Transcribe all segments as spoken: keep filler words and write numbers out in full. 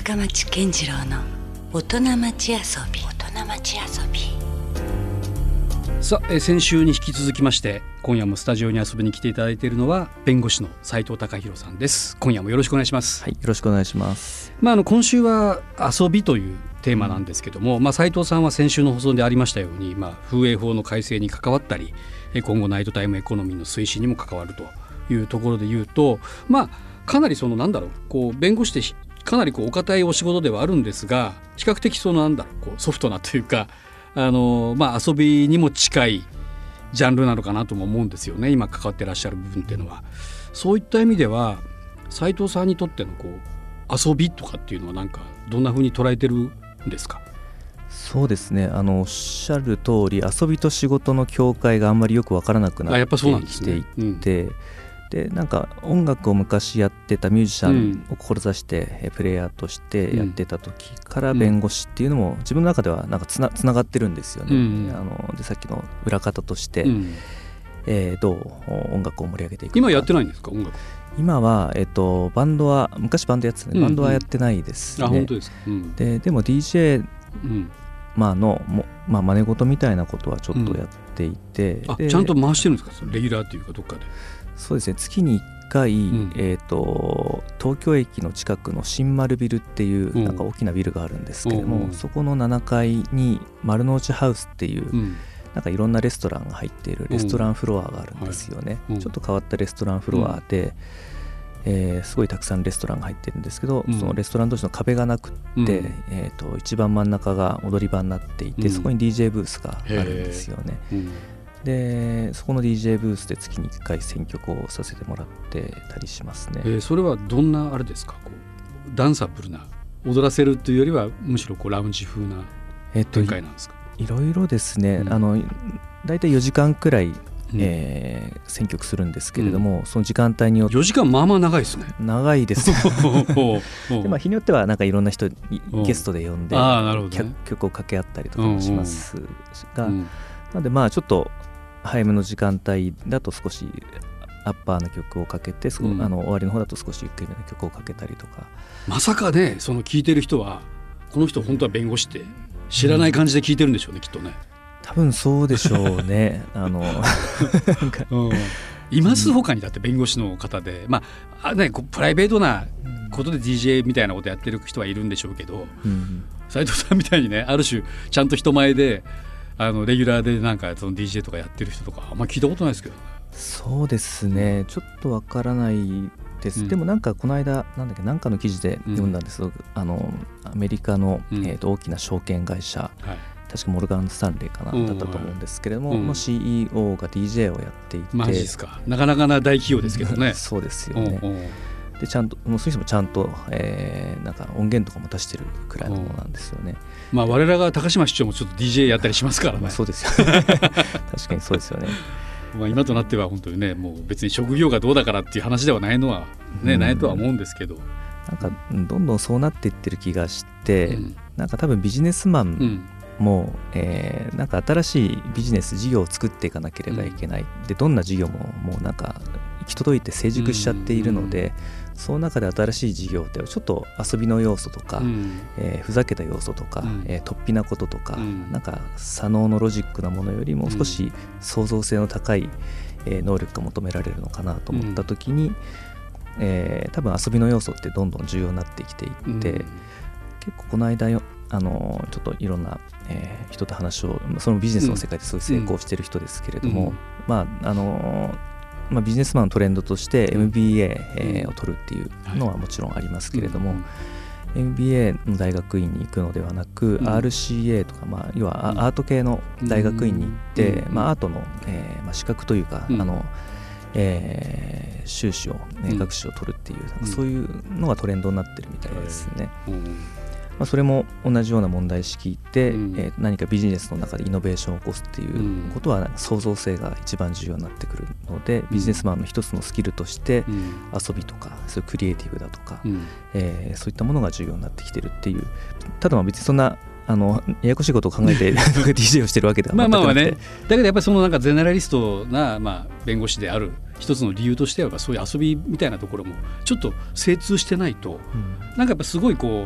深町健次郎の大人町遊び大人町遊び。 さあ、え先週に引き続きまして今夜もスタジオに遊びに来ていただいているのは弁護士の斉藤孝弘さんです。今夜もよろしくお願いします。 はい、よろしくお願いします。 まあ、あの今週は遊びというテーマなんですけども、まあ、斉藤さんは先週の放送でありましたように、まあ、風営法の改正に関わったり今後ナイトタイムエコノミーの推進にも関わるというところで言うと、まあ、かなりそのなんだろうこう弁護士ってかなりこうお堅いお仕事ではあるんですが、比較的そのなんだろうこうソフトなというかあの、まあ、遊びにも近いジャンルなのかなとも思うんですよね、今関わってらっしゃる部分っていうのは。そういった意味では斉藤さんにとってのこう遊びとかっていうのはなんかどんな風に捉えてるんですか？ そうですね、あのおっしゃる通り遊びと仕事の境界があんまりよく分からなくなってきていて、でなんか音楽を昔やってたミュージシャンを志して、うん、プレイヤーとしてやってた時から弁護士っていうのも自分の中ではなんかつな、つながってるんですよね、うん、あのでさっきの裏方として、うんえー、どう音楽を盛り上げていくか。 今やってないんですか音楽？ 今は、えー、とバンドは昔バンドやってたね、バンドはやってないですね、 うんうん、あ本当ですか、うん、 で, でも ディージェー、うんまあのもまあ、真似事みたいなことはちょっとやっていて、 うん、あちゃんと回してるんですかレギュラーっていうかどっかで？ そうですね、月にいっかい、うんえー、と東京駅の近くの新丸ビルっていうなんか大きなビルがあるんですけれども、そこのななかいに丸の内ハウスっていう、うん、なんかいろんなレストランが入っているレストランフロアがあるんですよね、はい、ちょっと変わったレストランフロアで、うんえー、すごいたくさんレストランが入ってるんですけど、うん、そのレストラン同士の壁がなくって、うんえー、と一番真ん中が踊り場になっていて、うん、そこに ディージェー ブースがあるんですよね、うん、でそこの ディージェー ブースで月にいっかい選曲をさせてもらってたりしますね、 えー、それはどんなあれですか？こうダンサブルな踊らせるというよりはむしろこうラウンジ風な展開なんですか？ えー、い, いろいろですね、うん、あのだいたいよじかんくらいえー、選曲するんですけれども、うん、その時間帯によってよじかんまあまあ長いですね。 長いですで、まあ、日によってはなんかいろんな人ゲストで呼んで、ね、曲を掛け合ったりとかもしますが、うん、なのでまあちょっと早めの時間帯だと少しアッパーな曲をかけて、うん、あの終わりの方だと少しゆっくりめの曲をかけたりとか。 まさかねその聴いてる人はこの人本当は弁護士って知らない感じで聴いてるんでしょうね、うん、きっとね。 多分そうでしょうねあのなんか、 うん、います他にだって弁護士の方で、まああね、プライベートなことで ディージェー みたいなことやってる人はいるんでしょうけど、うん、斉藤さんみたいにねある種ちゃんと人前であのレギュラーでなんかその ディージェー とかやってる人とかあんまり聞いたことないですけどね。 そうですね、ちょっとわからないです、うん、でもなんかこの間なんだっけなんかの記事で読んだんですけど、うん、あのアメリカの、うんえー、と大きな証券会社、はい確かモルガン・スタンレーかな、うん、だったと思うんですけれども、うん、の シーイーオー が ディージェー をやっていて。 マジですか。なかなかな大企業ですけどねそうですよね、うん、でちゃんともうそういう人もちゃんと、えー、なんか音源とかも出してるくらいのものなんですよね、 うんまあ、我らが高島市長もちょっと ディージェー やったりしますからね、 まあ、そうですよね確かにそうですよねまあ今となっては本当にねもう別に職業がどうだからっていう話ではないのは、ねうん、ないとは思うんですけど、 なんかどんどんそうなっていってる気がして、うん、なんか多分ビジネスマン、うんもう、えー、なんか新しいビジネス事業を作っていかなければいけない、うん、でどんな事業ももうなんか行き届いて成熟しちゃっているので、うん、その中で新しい事業ってちょっと遊びの要素とか、うんえー、ふざけた要素とか、うんえー、突飛なこととか、うん、なんか左脳のロジックなものよりも少し創造性の高い、えー、能力が求められるのかなと思った時に、うんえー、多分遊びの要素ってどんどん重要になってきていって、うん、結構この間よあのちょっといろんな、えー、人と話をそのビジネスの世界ですごい成功している人ですけれども、うんまああのまあ、ビジネスマンのトレンドとして エムビーエー、えー、を取るっていうのはもちろんありますけれども、はいうん、エムビーエー の大学院に行くのではなく、うん、アールシーエー とか、まあ、要はアート系の大学院に行って、うんまあ、アートの、えーまあ、資格というか、うんあのえー、修士を、ね、学士を取るっていう、うん、そういうのがトレンドになってるみたいですね、うんうんまあ、それも同じような問題意識で、うんえー、何かビジネスの中でイノベーションを起こすっていうことは創造性が一番重要になってくるので、うん、ビジネスマンの一つのスキルとして遊びとかそういうクリエイティブだとか、うんえー、そういったものが重要になってきてるっていう。ただまあ別にそんなあのややこしいことを考えてディージェー をしてるわけでは全くなくてまあまあ、ね、 だけどやっぱりそのなんかゼネラリストな、まあ、弁護士である一つの理由としてはそういう遊びみたいなところもちょっと精通してないと、うん、なんかやっぱすごいこう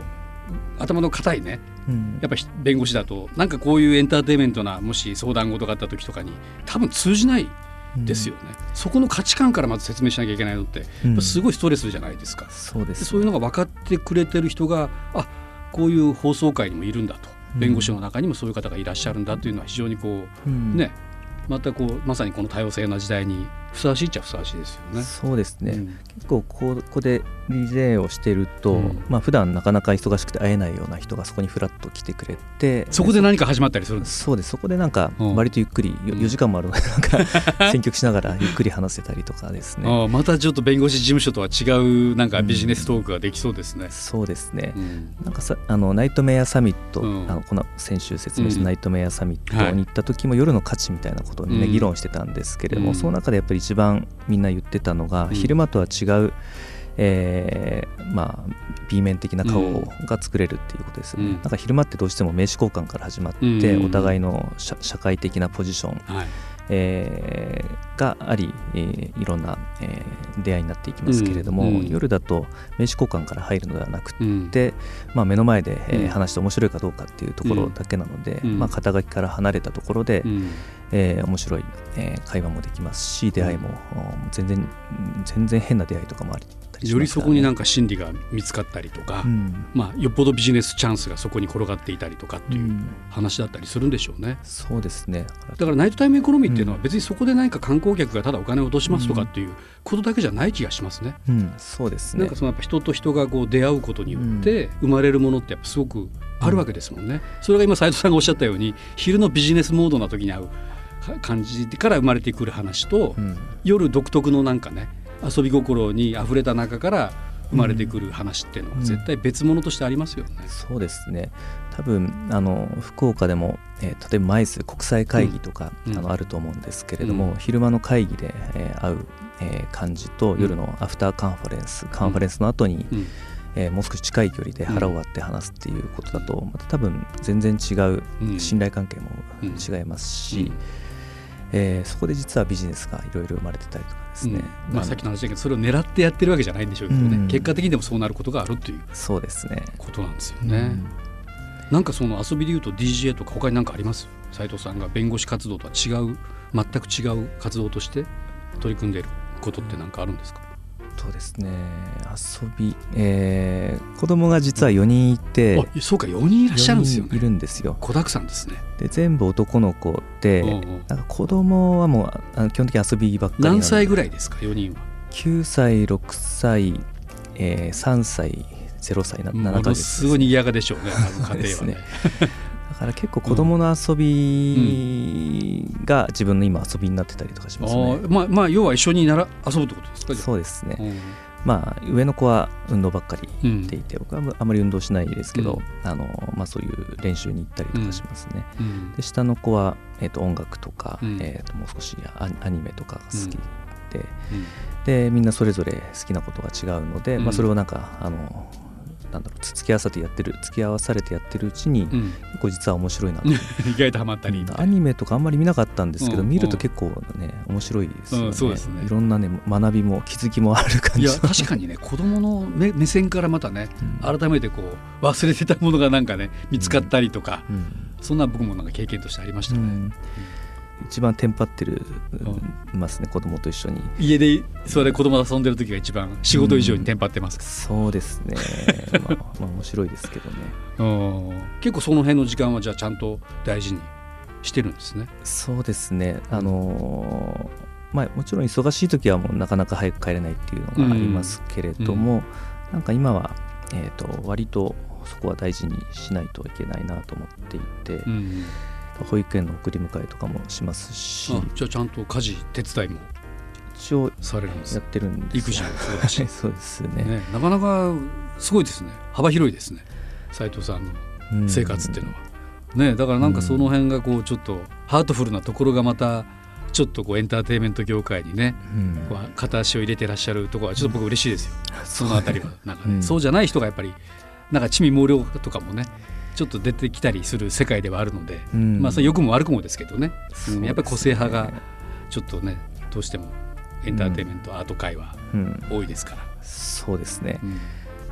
頭の固いね、 うん、 やっぱ弁護士だとなんかこういうエンターテインメントなもし相談事があった時とかに多分通じないですよね、うん、そこの価値観からまず説明しなきゃいけないのって、うん、すごいストレスじゃないですか。 そうですね、 そういうのが分かってくれてる人があこういう放送会にもいるんだと、うん、弁護士の中にもそういう方がいらっしゃるんだというのは非常にこう、うん、ねまたこうまさにこの多様性な時代にふさわしいっちゃふさわしいですよね。 そうですね、うん、結構ここで ディージェー をしていると、うんまあ普段なかなか忙しくて会えないような人がそこにフラッと来てくれて、 そこで何か始まったりするんですか？ そうです、そこでなんか割とゆっくり、うん、よじかんもあるのでなんか選曲しながらゆっくり話せたりとかですねあまたちょっと弁護士事務所とは違うなんかビジネストークができそうですね、 うん、そうですね、うん、なんかさあのナイトメアサミット、うん、あのこの先週説明したナイトメアサミットに行った時も夜の価値みたいなことをみんな議論してたんですけれども、うん、その中でやっぱり一番みんな言ってたのが、うん、昼間とは違う、えーまあ、B 面的な顔が作れるっていうことですよね、うん、なんか昼間ってどうしても名刺交換から始まって、うん、お互いの 社, 社会的なポジション、はいえー、があり、えー、いろんな、えー、出会いになっていきますけれども、うんうん、夜だと名刺交換から入るのではなくて、うんまあ、目の前で、えー、話して面白いかどうかっていうところだけなので、うんまあ、肩書きから離れたところで、うんえー、面白い、えー、会話もできますし出会いも、うん、全然全然変な出会いとかもありよりそこになんか心理が見つかったりとか、うんまあ、よっぽどビジネスチャンスがそこに転がっていたりとかっていう話だったりするんでしょうね、うん、 そうですね。 だからナイトタイムエコノミーっていうのは別にそこで何か観光客がただお金を落としますとかっていうことだけじゃない気がしますね、 うん、そうですね。 なんかそのやっぱ人と人がこう出会うことによって生まれるものってやっぱすごくあるわけですもんね、うん、それが今斉藤さんがおっしゃったように昼のビジネスモードな時に合う感じから生まれてくる話と、うん、夜独特のなんかね遊び心にあふれた中から生まれてくる話っていうのは絶対別物としてありますよね、 うんうん、そうですね。多分あの福岡でも、えー、例えばマイス国際会議とか、うん、あのあると思うんですけれども、うん、昼間の会議で、えー、会う、えー、感じと夜のアフターカンファレンス、うん、カンファレンスの後に、うんえー、もう少し近い距離で腹を割って話すっていうことだと、また多分全然違う信頼関係も違いますし、うんうんえー、そこで実はビジネスがいろいろ生まれてたりとかですね、 うんまあ、さっきの話だけどそれを狙ってやってるわけじゃないんでしょうけどね、うん、結果的にでもそうなることがあるというそうですねことなんですよね、うん、なんかその遊びでいうと ディージェー とか他に何かあります？斉藤さんが弁護士活動とは違う全く違う活動として取り組んでいることって何かあるんですか？ そうですね遊び、えー、子供が実はよにんいて、 うん、あそうかよにんいらっしゃるんですよね。 いるんですよ。 子だくさんですね。 で全部男の子で、おうおうなんか子供はもうあの基本的に遊びばっかりなので。 何歳ぐらいですかよにんは？ きゅうさいろくさい、えー、さんさいゼロさいななかげつです、 すごい賑やかでしょうねあの家庭はねだから結構子供の遊びが自分の今遊びになってたりとかしますね、 うんあまあ、まあ要は一緒になら遊ぶってことですか？ そうですね、うんまあ、上の子は運動ばっかり行っていて、うん、僕はあまり運動しないですけど、うんあのまあ、そういう練習に行ったりとかしますね、うん、で下の子は、えー、と音楽とか、うんえー、ともう少しアニメとかが好きで、うん、でみんなそれぞれ好きなことが違うので、うんまあ、それをなんかあのなんだろう付き合わされてやってる付き合わされてやってるうちに、うん、結構実は面白いなと意外とハマったりアニメとかあんまり見なかったんですけど、うん、見ると結構ね面白いですよね、うん、そうですね。いろんなね学びも気づきもある感じ。 いや確かにね子供の 目, 目線からまたね、うん、改めてこう忘れてたものがなんかね見つかったりとか、うんうん、そんな僕もなんか経験としてありましたね、うんうん一番テンパってるますね、子供と一緒に家でそれ子供と遊んでる時が一番仕事以上にテンパってます、 うん、そうですねまあ、まあ面白いですけどねうん結構その辺の時間はじゃあちゃんと大事にしてるんですね。 そうですねあのーまあ、もちろん忙しい時はもうなかなか早く帰れないっていうのがありますけれども、うん、なんか今は、えーと、割とそこは大事にしないといけないなと思っていて、うん保育園の送り迎えとかもしますし。 あじゃあちゃんと家事手伝いも一応されるんですやってるんです育児もそうだしそうですね、ねなかなかすごいですね幅広いですね斉藤さんの生活っていうのは、ね、だからなんかその辺がこうちょっとハートフルなところがまたちょっとこうエンターテインメント業界にね、うん、片足を入れてらっしゃるところはちょっと僕嬉しいですよ、うん、そのあたりはなんか、ねうん、そうじゃない人がやっぱりなんか地味猛量とかもねちょっと出てきたりする世界ではあるので、うんまあ、それ良くも悪くもですけど ね, うん、ねやっぱり個性派がちょっとねどうしてもエンターテインメント、うん、アート界は多いですから、 そうですね、うん、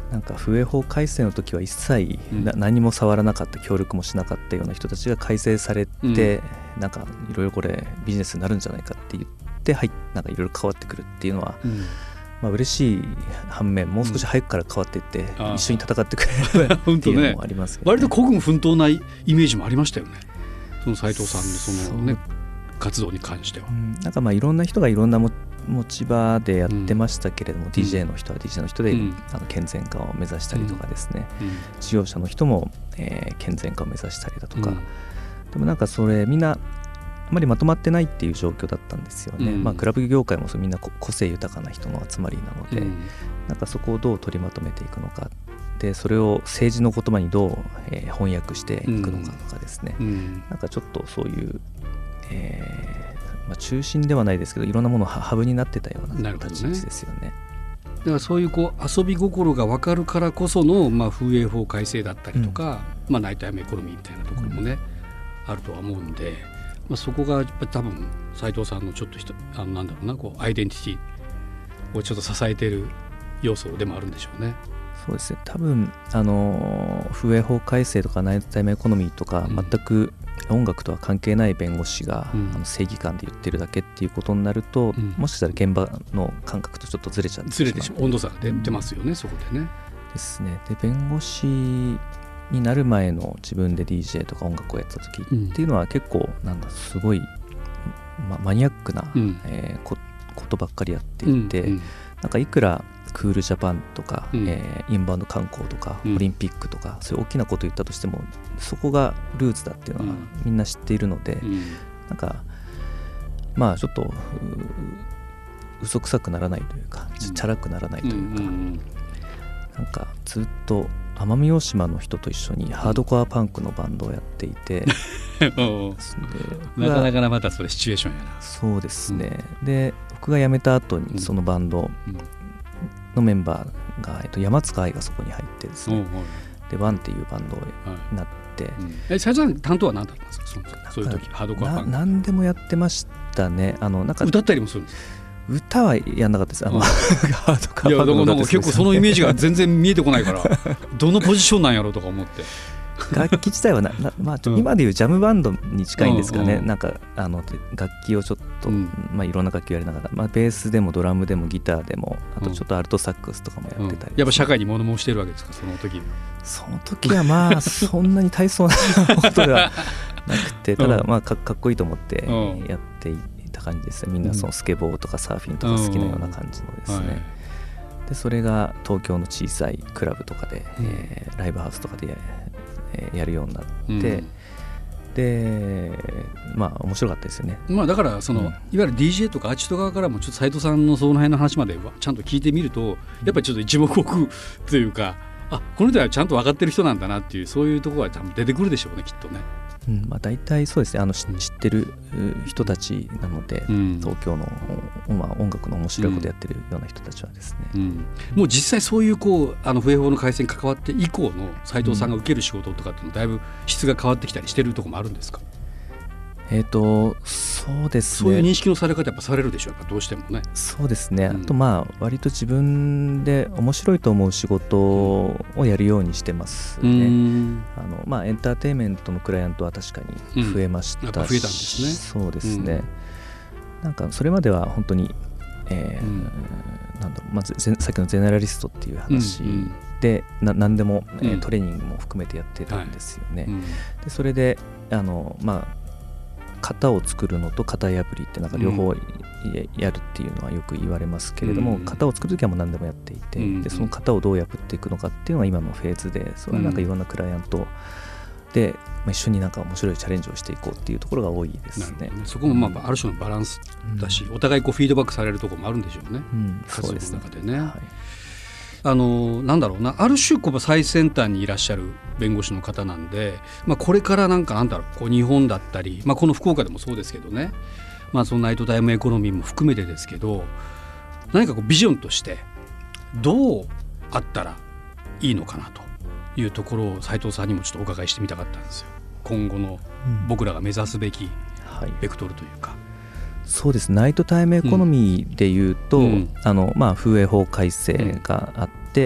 なんか風営法改正の時は一切、うん、何も触らなかった、協力もしなかったような人たちが改正されて、うん、なんかいろいろこれビジネスになるんじゃないかって言って、はい、なんかいろいろ変わってくるっていうのは、うん、まあ嬉しい反面、もう少し早くから変わっていって、うん、一緒に戦ってくれればっていうのもありますけど、ね、 割と孤軍奮闘なイメージもありましたよね、その斉藤さんのそのね活動に関しては。うん、 なんかまあいろんな人がいろんなも持ち場でやってましたけれども、うん、ディージェー の人は ディージェー の人で、うん、あの健全化を目指したりとかですね、うんうん、事業者の人も、えー、健全化を目指したりだとか、うん、でもなんかそれみんなあまりまとまってないっていう状況だったんですよね、うん、まあ、クラブ業界もみんな個性豊かな人の集まりなので、うん、なんかそこをどう取りまとめていくのかで、それを政治の言葉にどう、えー、翻訳していくのかとかですね、うんうん、なんかちょっとそういう、えーまあ、中心ではないですけどいろんなものハブになってたような立ち位置ですよね。 だからそういうこう遊び心が分かるからこその、まあ、風営法改正だったりとか、うん、まあ、ナイトタイムエコノミーみたいなところもね、うん、あるとは思うんで、まあ、そこがやっぱり多分斉藤さんのちょっとあのなんだろうなこうアイデンティティをちょっと支えている要素でもあるんでしょうね。 そうですね、多分あの風営法改正とかナイトタイムエコノミーとか、うん、全く音楽とは関係ない弁護士が、うん、あの正義感で言ってるだけっていうことになると、うん、もしかしたら現場の感覚とちょっとずれちゃってしまう、ずれてしまう温度差が出てますよね、うん、そこでね。 ですね。で弁護士になる前の自分で ディージェー とか音楽をやってた時っていうのは結構なんだすごい、ま、マニアックな、うんえー、こ, ことばっかりやっていて、うんうん、なんかいくらクールジャパンとか、うんえー、インバウンド観光とか、うん、オリンピックとかそういう大きなことを言ったとしてもそこがルーツだっていうのはみんな知っているので、うん、なんかまあちょっと嘘くさくならないというかチャラくならないというか、うん、なんかずっと奄美大島の人と一緒にハードコアパンクのバンドをやっていて、 うん、なかなかなまたそれシチュエーションやな。 そうですね、うん、で僕が辞めた後にそのバンドのメンバーが、えっと、山塚愛がそこに入ってですね、でワンっていうバンドになって、はいうん、 え斉藤さん担当は何だったんですか、そのそういう時ハードコアパンク。 何でもやってましたね。あのなんか歌ったりもするんですか。 歌はやんなかったです。あの、うん、ハードコアパンクの歌です。いやだからなんか結構そのイメージが全然見えてこないからどのポジションなんやろうとか思って楽器自体はなな、まあ、ちょ今でいうジャムバンドに近いんですかね、うんうん、なんかあの楽器をちょっと、うんまあ、いろんな楽器をやりながら、まあ、ベースでもドラムでもギターでもあとちょっとアルトサックスとかもやってたり、ねうん、 やっぱ社会に物申してるわけですか、その時。 その時はまあそんなに大層なことではなくてただまあ か, かっこいいと思ってやっていた感じですね。みんなそのスケボーとかサーフィンとか好きなような感じのですね、うんはい、でそれが東京の小さいクラブとかで、うんえー、ライブハウスとかでやるようになって、うん、でまあ面白かったですよね。 まあ、だからその、うん、いわゆる ディージェー とかアーティスト側からもちょっと斉藤さんのその辺の話までちゃんと聞いてみるとやっぱりちょっと一目置くというか、あこの人はちゃんと分かってる人なんだなっていうそういうところが多分出てくるでしょうね、きっとね。 うんまあ、大体そうですね、あの知ってる人たちなので、うん、東京の、まあ、音楽の面白いことやってるような人たちはですね、うんうん、 もう実際そういうこうあの風営法の改正に関わって以降の斉藤さんが受ける仕事とかっていうのだいぶ質が変わってきたりしてるところもあるんですか。 えーとそうですね、 そういう認識のされ方やっぱされるでしょう、やっぱどうしてもね。 そうですね、うん、あとまあ割と自分で面白いと思う仕事をやるようにしてますね、うん、あのまあエンターテインメントのクライアントは確かに増えましたし、うん、やっぱ増えたんですね。 そうですね、うん、なんかそれまでは本当に、えーうん、なんだろう、まずさっきのゼネラリストっていう話で、うんうん、な何でも、えー、トレーニングも含めてやってたんですよね、はいうん、でそれであのまあ型を作るのと型破りってなんか両方やるっていうのはよく言われますけれども、うん、型を作るときはもう何でもやっていて、うん、でその型をどう破っていくのかっていうのが今のフェーズで、それはなんかいろんなクライアントで、まあ、一緒になんか面白いチャレンジをしていこうっていうところが多いですね。 そこもまあある種のバランスだし、うん、お互いこうフィードバックされるところもあるんでしょうね、うん、そうですね。活動の中でね、はい、あのなんだろうな、ある種こう最先端にいらっしゃる弁護士の方なんで、まあ、これからなんかなんだろうこう日本だったり、まあ、この福岡でもそうですけどね、まあ、そのナイトタイムエコノミーも含めてですけど、何かこうビジョンとしてどうあったらいいのかなというところを斉藤さんにもちょっとお伺いしてみたかったんですよ。今後の僕らが目指すべきベクトルというか、うんはい、 そうです。ナイトタイムエコノミーでいうと、うんあのまあ、風営法改正があって、 、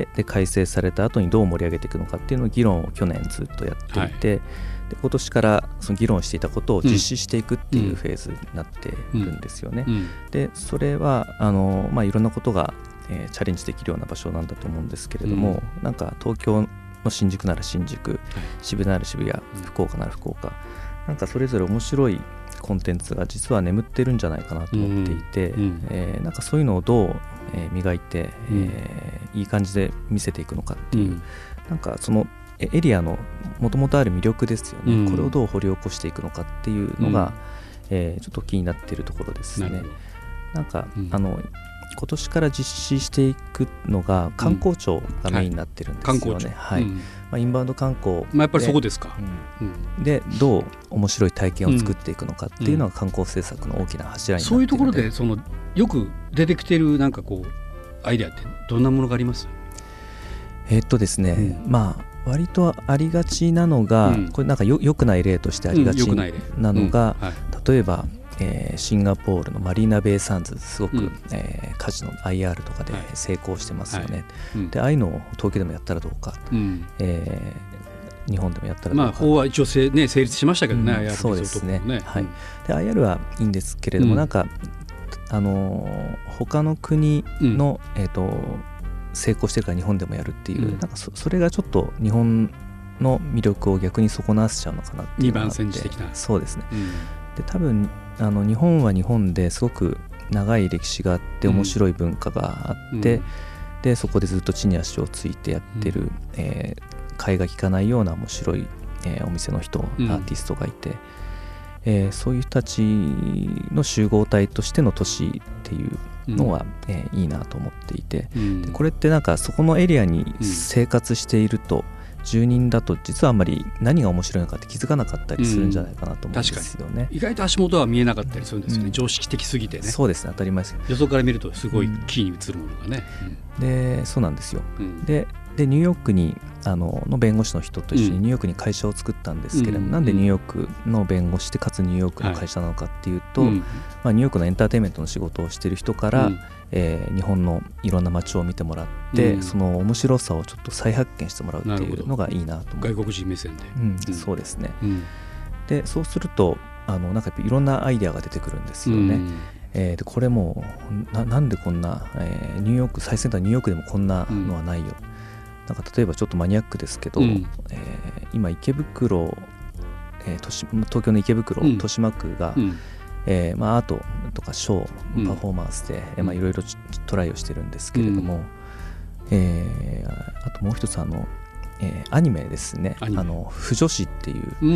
で改正された後にどう盛り上げていくのかっていうのを議論を去年ずっとやっていて、はい、で今年からその議論していたことを実施していくっていうフェーズになっているんですよね、うんうん、でそれはあの、まあ、いろんなことが、えー、チャレンジできるような場所なんだと思うんですけれども、うん、なんか東京の新宿なら新宿、はい、渋谷なら渋谷、福岡なら福岡、なんかそれぞれ面白いコンテンツが実は眠ってるんじゃないかなと思っていて、うんうんえー、なんかそういうのをどう、えー、磨いて、うんえー、いい感じで見せていくのかっていう、うん、なんかそのエリアのもともとある魅力ですよね、うん、これをどう掘り起こしていくのかっていうのが、うんえー、ちょっと気になっているところですね。なんか、うん、あの今年から実施していくのが観光庁がメインになってるんですよね、うんはいはいうんまあ、インバウンド観光で、 まあ、やっぱりそこですか、 うんうん、でどう面白い体験を作っていくのかっていうのが観光政策の大きな柱になっているので、 そういうところでそのよく出てきてるなんかこうアイデアってどんなものがあります？ えーっとですね、うん、まあ割とありがちなのが、うん、これなんかよ良くない例としてありがちなのが、うんはい、例えばえー、シンガポールのマリーナベイサンズすごく、うんえー、カジノ アイアール とかで成功してますよね、はいうん、でああいうのを東京でもやったらどうか、うんえー、日本でもやったらどうか、 まあ、法は一応せ、ね、成立しましたけどね、うん、アイアールそうですね、はい、で アイアール はいいんですけれども、うん、なんかあのー、他の国の、うんえー、と成功してるから日本でもやるっていう、うん、なんか そ, それがちょっと日本の魅力を逆に損なわせちゃうのかなっていうのがあって、 にばん戦時的なそうですね、うん、で多分あの日本は日本ですごく長い歴史があって面白い文化があって、うん、でそこでずっと地に足をついてやってる、うんえー、替えが利かないような面白い、えー、お店の人、うん、アーティストがいて、えー、そういう人たちの集合体としての都市っていうのは、うんえー、いいなと思っていて、うん、でこれってなんかそこのエリアに生活していると、うん住人だと実はあんまり何が面白いのかって気づかなかったりするんじゃないかなと思うんですよね、 うん、意外と足元は見えなかったりするんですよね、うん、常識的すぎてね。 そうですね、当たり前です。 よそから見るとすごいキーに映るものがね、 うん、でそうなんですよ、うん、で, でニューヨークにあのの弁護士の人と一緒にニューヨークに会社を作ったんですけれども、うん、なんでニューヨークの弁護士でかつニューヨークの会社なのかっていうと、はいまあ、ニューヨークのエンターテインメントの仕事をしている人から、うんえー、日本のいろんな街を見てもらって、うん、その面白さをちょっと再発見してもらうっていうのがいいなと思って。 外国人目線で、 うんうん、そうですね、うん、でそうするとあのなんかやっぱいろんなアイデアが出てくるんですよね、うんえー、でこれも な, なんでこんな、えー、ニューヨーク最先端ニューヨークでもこんなのはないよ、うん、なんか例えばちょっとマニアックですけど、うんえー、今池袋、えー、東, 東京の池袋、うん、豊島区が、うんえーまあ、アートとかショーパフォーマンスでいろいろトライをしてるんですけれども、うんえー、あともう一つあの、えー、アニメですね、あの腐女子っていう、うん、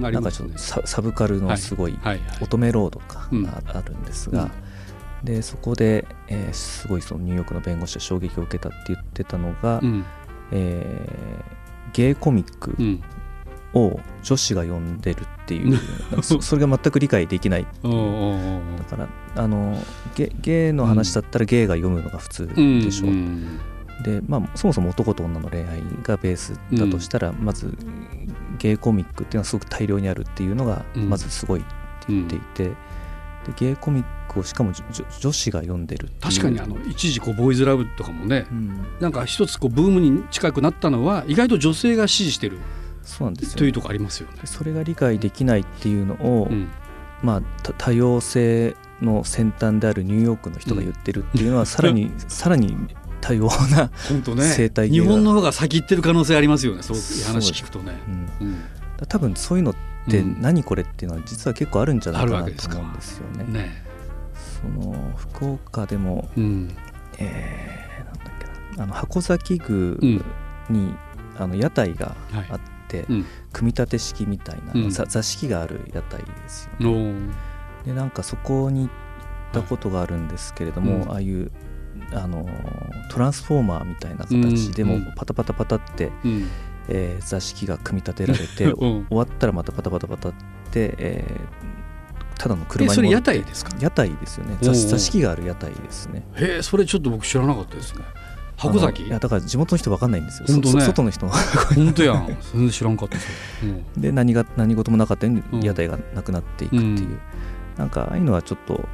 なんかちょっと サ, サブカルのすごい乙女ロードとかがあるんですが、うん、でそこで、えー、すごいそのニューヨークの弁護士が衝撃を受けたって言ってたのが、うんえー、ゲイコミック、うんを女子が読んでるっていうそ, それが全く理解できないっていうだからあの ゲ, ゲイの話だったらゲイが読むのが普通でしょう、うん、で、まあ、そもそも男と女の恋愛がベースだとしたら、うん、まずゲイコミックっていうのはすごく大量にあるっていうのがまずすごいって言っていて、うん、でゲイコミックをしかも女子が読んでるっていう確かにあの一時こうボーイズラブとかもね、うん、なんか一つこうブームに近くなったのは意外と女性が支持してるそうなんですよ、ね、 というところありますよね。 それが理解できないっていうのを、うんまあ、多様性の先端であるニューヨークの人が言ってるっていうのは、うん、さらにさらに多様な生態系が、 ね、日本の方が先行ってる可能性ありますよね。そういう話聞くとね、うんうん、 多分そういうのって何これっていうのは実は結構あるんじゃないかなと思うんですよね。ねその福岡でも、うんえー、なんだっけなあの箱崎宮に、うん、あの屋台があって、はいうん、組み立て式みたいな、うん、座敷がある屋台ですよね。でなんかそこに行ったことがあるんですけれども、はい、ああいうあのトランスフォーマーみたいな形でもパタパタパタって、うんえー、座敷が組み立てられて、うん、終わったらまたパタパタパタって、えー、ただの車に乗って。 それ屋台ですか？ 屋台ですよね。座敷がある屋台ですね。 へえ、それちょっと僕知らなかったですね。箱崎いやだから地元の人分かんないんですよ。 本当ね、 外の人本当やん全然知らんかったです、 うん、で 何が何事もなかったように屋台がなくなっていくっていう、うん、なんかああいうのはちょっと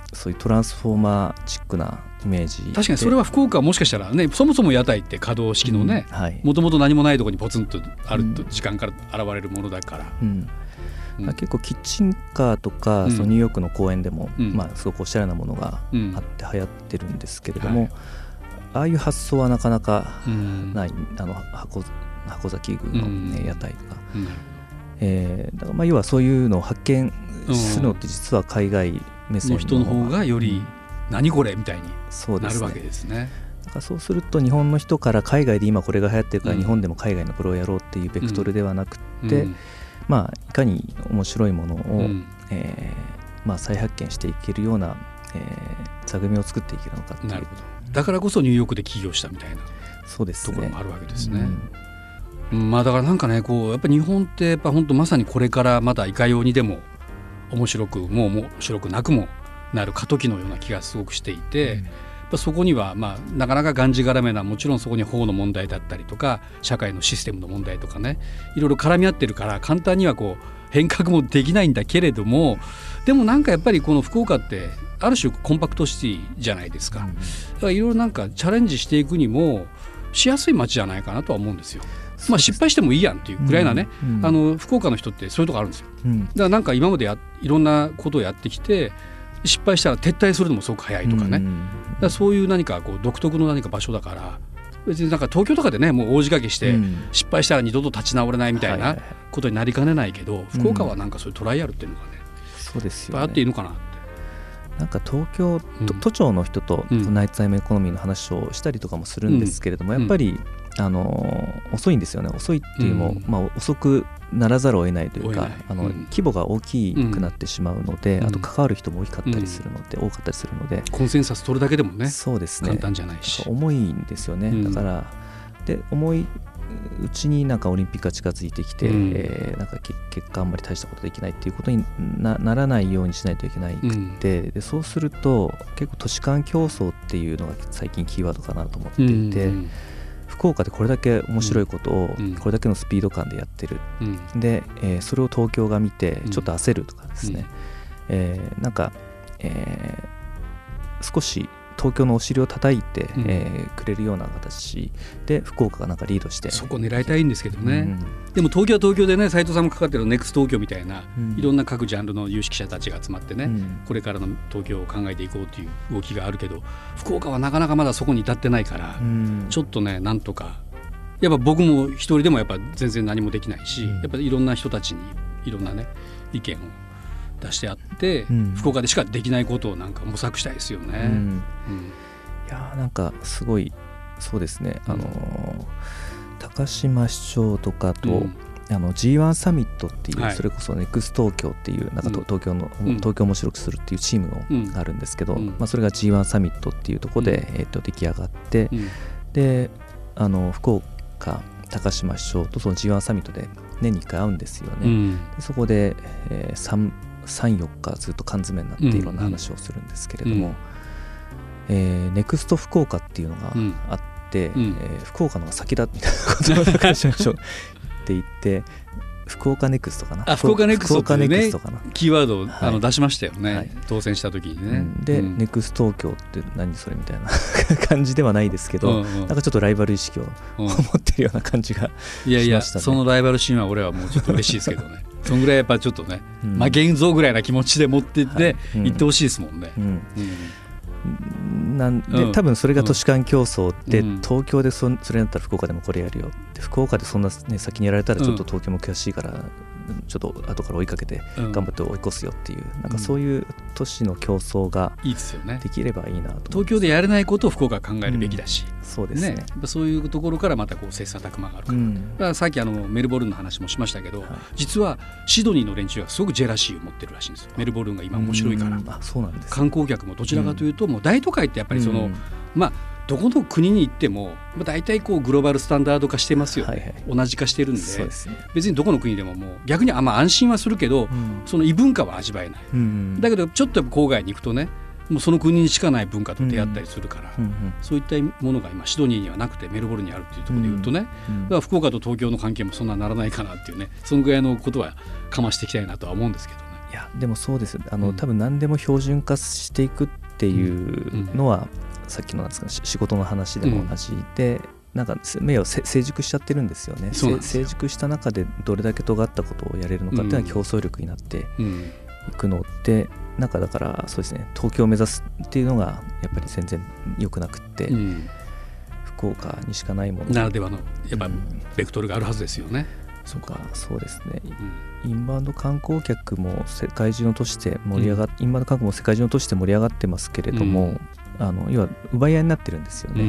そういうトランスフォーマーチックなイメージで、 確かにそれは福岡はもしかしたらね、そもそも屋台って可動式のね、もともと何もないところにポツンとある時間から現れるものだから、うんうん、結構キッチンカーとか、うん、そのニューヨークの公園でも、うんまあ、すごくおしゃれなものがあって流行ってるんですけれども、うんはい、ああいう発想はなかなかない、うん、あの 箱, 箱崎宮の、ねうん、屋台とか、うんえー、だからまあ要はそういうのを発見するのって実は海外目線 の, の人の方がより何これみたいになるわけですね。 だからそうすると日本の人から海外で今これが流行ってるから日本でも海外のこれをやろうっていうベクトルではなくて、うん、まあいかに面白いものを、うんえーまあ、再発見していけるような、えー、座組を作っていけるのかっていう。 なるほど。だからこそニューヨークで起業したみたいなそうです、ね、 ところもあるわけですね。うんうん、まあだからなんかねこうやっぱ日本ってやっぱ本当まさにこれからまだいかようにでも面白くもう面白くなくもなる過渡期のような気がすごくしていて、うん、やっぱそこにはまあなかなかがんじがらめなもちろんそこに法の問題だったりとか社会のシステムの問題とかねいろいろ絡み合ってるから簡単にはこう変革もできないんだけれどもでもなんかやっぱりこの福岡ってある種コンパクトシティじゃないですか。だからいろいろなんかチャレンジしていくにもしやすい街じゃないかなとは思うんですよ。まあ、失敗してもいいやんっていうくらいなね、うんうん、あの福岡の人ってそういうとこあるんですよ、うん、だからなんか今までやいろんなことをやってきて失敗したら撤退するのもすごく早いとかね、うんうん、だからそういう何かこう独特の何か場所だから別になんか東京とかでねもう大仕掛けして失敗したら二度と立ち直れないみたいなことになりかねないけど、福岡はなんかそういうトライアルっていうのがね、 そうですよね、 あっていいのかなって。 なんか東京、うん、都庁の人とナイトタイムエコノミーの話をしたりとかもするんですけれども、うん、やっぱり、うん、あの遅いんですよね。遅いっていうのも、うんまあ、遅くならざるを得ないというかあの、うん、規模が大きくなってしまうので、うん、あと関わる人も大きかったりするので、うん、多かったりするのでコンセンサス取るだけでもね、 そうですね、 簡単じゃないし重いんですよね、うん、だからで重いうちになんかオリンピックが近づいてきて、うんえー、なんか結果あんまり大したことできないっていうことに な, ならないようにしないといけないくて、うん、でそうすると結構都市間競争っていうのが最近キーワードかなと思っていて、うん、福岡でこれだけ面白いことをこれだけのスピード感でやってる、うん、で、えー、それを東京が見てちょっと焦るとかですね、うんえー、なんか、えー、少し東京のお尻を叩いて、うんえー、くれるような形で福岡がなんかリードしてそこ狙いたいんですけどね、うん、でも東京は東京でね斉藤さんもかかってるネクスト東京みたいな、うん、いろんな各ジャンルの有識者たちが集まってね、うん、これからの東京を考えていこうという動きがあるけど福岡はなかなかまだそこに至ってないから、うん、ちょっとねなんとかやっぱ僕も一人でもやっぱ全然何もできないし、うん、やっぱりいろんな人たちにいろんなね意見を出してあって、うん、福岡でしかできないことをなんか模索したいですよね、うんうん、 いやなんかすごいそうですね、うん、あの高島市長とかと、うん、あの ジーワン サミットっていう、はい、それこそネクスト東京っていうなんか、うん、東京の、うん、東京を面白くするっていうチームがあるんですけど、うんまあ、それが ジーワン サミットっていうところで、うんえー、と出来上がって、うん、であの福岡高島市長とその ジーワン サミットで年にいっかい会うんですよね、うん、でそこで、えー、3さん、よっかずっと缶詰になっていろんな話をするんですけれども、うんえー、ネクスト福岡っていうのがあって、うんえー、福岡のが先だみたいなことを高島市長って言って福岡ネクストかなあ福岡ネクストっていうねキーワードを、はい、あの出しましたよね、はい、当選した時にね、うん、 で、うん、ネクスト東京って何それみたいな感じではないですけど、うんうん、なんかちょっとライバル意識を、うん、持ってるような感じがしましたね。 いやいやそのライバル心は俺はもうちょっと嬉しいですけどねそのぐらいやっぱちょっとね、うん、負けんぞぐらいな気持ちで持ってって、はいうん、行ってほしいですもんね、うんうん、なんで、うん、多分それが都市間競争で、うん、東京で そ, それだったら福岡でもこれやるよって福岡でそんな、ね、先にやられたらちょっと東京も悔しいから、うん、ちょっと後から追いかけて頑張って追い越すよっていう、うん、なんかそういう都市の競争ができればいいなと思います。 東京でやれないことを福岡は考えるべきだし、 うん、そうですね、 ねそういうところからまたこう切磋琢磨があるから、うん、だからさっきあのメルボルンの話もしましたけど、はい、実はシドニーの連中はすごくジェラシーを持ってるらしいんですよ。メルボルンが今面白いから、 あそうなんです、ね、 観光客もどちらかというと、うん、もう大都会ってやっぱりその、うん、まあどこの国に行っても大体こうグローバルスタンダード化してますよね、はいはい、同じ化してるん で, で、ね、別にどこの国でももう逆にあんま安心はするけど、うん、その異文化は味わえない、うん、だけどちょっと郊外に行くとねもうその国にしかない文化と出会ったりするから、うんうん、そういったものが今シドニーにはなくてメルボルンにあるっていうところでいうとね、うんうん、だから福岡と東京の関係もそんなならないかなっていうねそのぐらいのことはかましていきたいなとは思うんですけどね。 いやでもそうですあの、 うん、 多分何でも標準化していくっていうのは、うんうん、さっきのなんですか仕事の話でも同じで、うん、なんか目を成熟しちゃってるんですよね。成熟した中でどれだけ尖ったことをやれるのかっていうのは競争力になっていくので、うん、なんかだからそうですね東京を目指すっていうのがやっぱり全然良くなくって、うん、福岡にしかないものならではのやっぱベクトルがあるはずですよね。 そうかそうですね、うん、インバウンド観光客も世界中の都市で盛り上がっ、うん、インバウンド観光も世界中の都市で盛り上がってますけれども、うんあの要は奪い合いになってるんですよね、うん、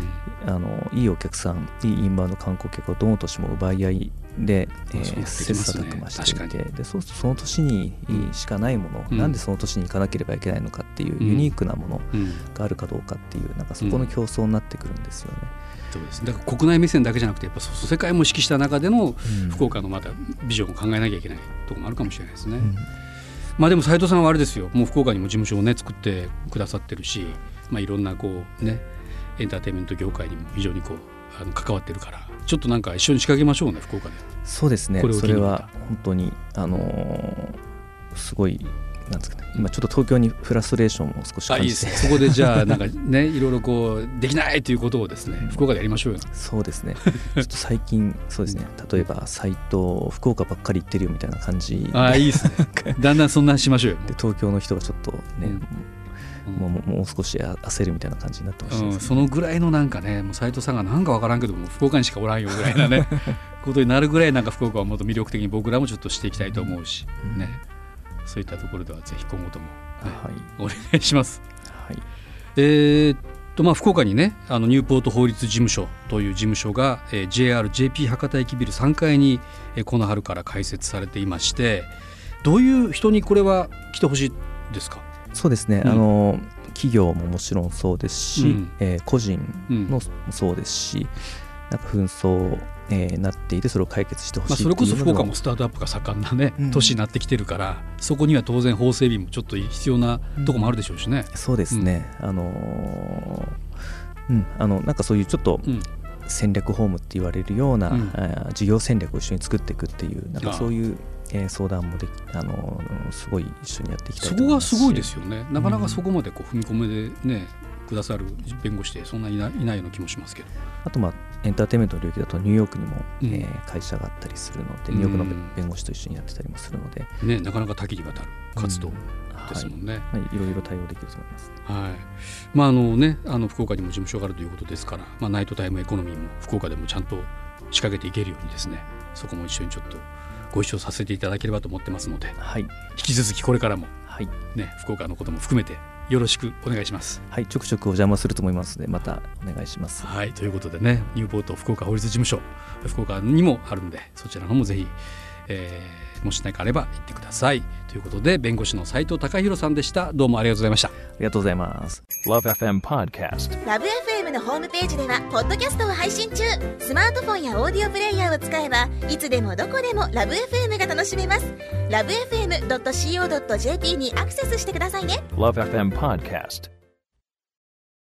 あのいいお客さんいいインバウンド観光客をどの年も奪い合いで、えー、切磋琢磨していてでそうするとその年にしかないもの、うん、なんでその年に行かなければいけないのかっていうユニークなものがあるかどうかっていうなんかそこの競争になってくるんですよね、 うん、そうですだから国内目線だけじゃなくてやっぱ世界も意識した中での福岡のまたビジョンを考えなきゃいけないところもあるかもしれないですね、うん、まあでも斉藤さんはあれですよもう福岡にも事務所をね作ってくださってるしまあ、いろんなこう、ね、エンターテインメント業界にも非常にこうあの関わってるからちょっとなんか一緒に仕掛けましょうね福岡で。 そうですねこれそれは本当に、あのー、すごいなんですかね今ちょっと東京にフラストレーションを少し感じてあいいです、ね、 そこでじゃあなんかねいろいろこうできないということをですね福岡でやりましょうよ。 そうですねちょっと最近そうですね例えばサイト福岡ばっかり行ってるよみたいな感じあいいですねだんだんそんなしましょうよ。 で東京の人がちょっとね、うんもう、もう少し焦るみたいな感じになってほしいですね、うん、 そのぐらいのなんかねもう斉藤さんがなんか分からんけども福岡にしかおらんよぐらいなねことになるぐらいなんか福岡はもっと魅力的に僕らもちょっとしていきたいと思うし、うんね、そういったところではぜひ今後とも、ねはい、お願いします、はい、えーっとまあ福岡にねあのニューポート法律事務所という事務所が、えー、ジェイアールジェーピー 博多駅ビルさんがいに、えー、この春から開設されていましてどういう人にこれは来てほしいですか。 そうですね、うん、あの企業ももちろんそうですし、うんえー、個人もそうですし、うん、なんか紛争、えー、なっていてそれを解決してほしいっていうのが、 まあ、それこそ福岡もスタートアップが盛んな、ねうん、都市になってきてるからそこには当然法整備もちょっと必要なとこもあるでしょうしね、 うん、そうですね、うんあのーうん、あのなんかそういうちょっと、うん戦略ホームって言われるような、うん、事業戦略を一緒に作っていくっていうなんかそういうえー、相談もできあのすごい一緒にやっていきたいと思いますしそこがすごいですよね。なかなかそこまでこう踏み込めでね、うん、くださる弁護士ってそんなにいない、いないような気もしますけどあとまあエンターテインメントの領域だとニューヨークにも、うんえー、会社があったりするのでニューヨークの弁護士と一緒にやってたりもするので、 うんね、なかなか多岐にわたる活動ですもんね、 うんはい、いろいろ対応できると思います、 はいまああのね、あの福岡にも事務所があるということですから、まあ、ナイトタイムエコノミーも福岡でもちゃんと仕掛けていけるようにですねそこも一緒にちょっとご一緒させていただければと思ってますので、はい、引き続きこれからも、はいね、福岡のことも含めてよろしくお願いします。 はい、ちょくちょくお邪魔すると思いますのでまたお願いします。 はい、ということでねニューポート福岡法律事務所福岡にもあるのでそちらの方もぜひ、えー、もし何かあれば言ってくださいということで弁護士の斉藤孝弘さんでした。どうもありがとうございました。ありがとうございます。 ラブエフエム Podcast ラブ エフエム のホームページではポッドキャストを配信中。スマートフォンやオーディオプレイヤーを使えばいつでもどこでもラブ エフエム が楽しめます。 ラブエフエムドットシーオードットジェーピー にアクセスしてくださいね。 ラブエフエム Podcast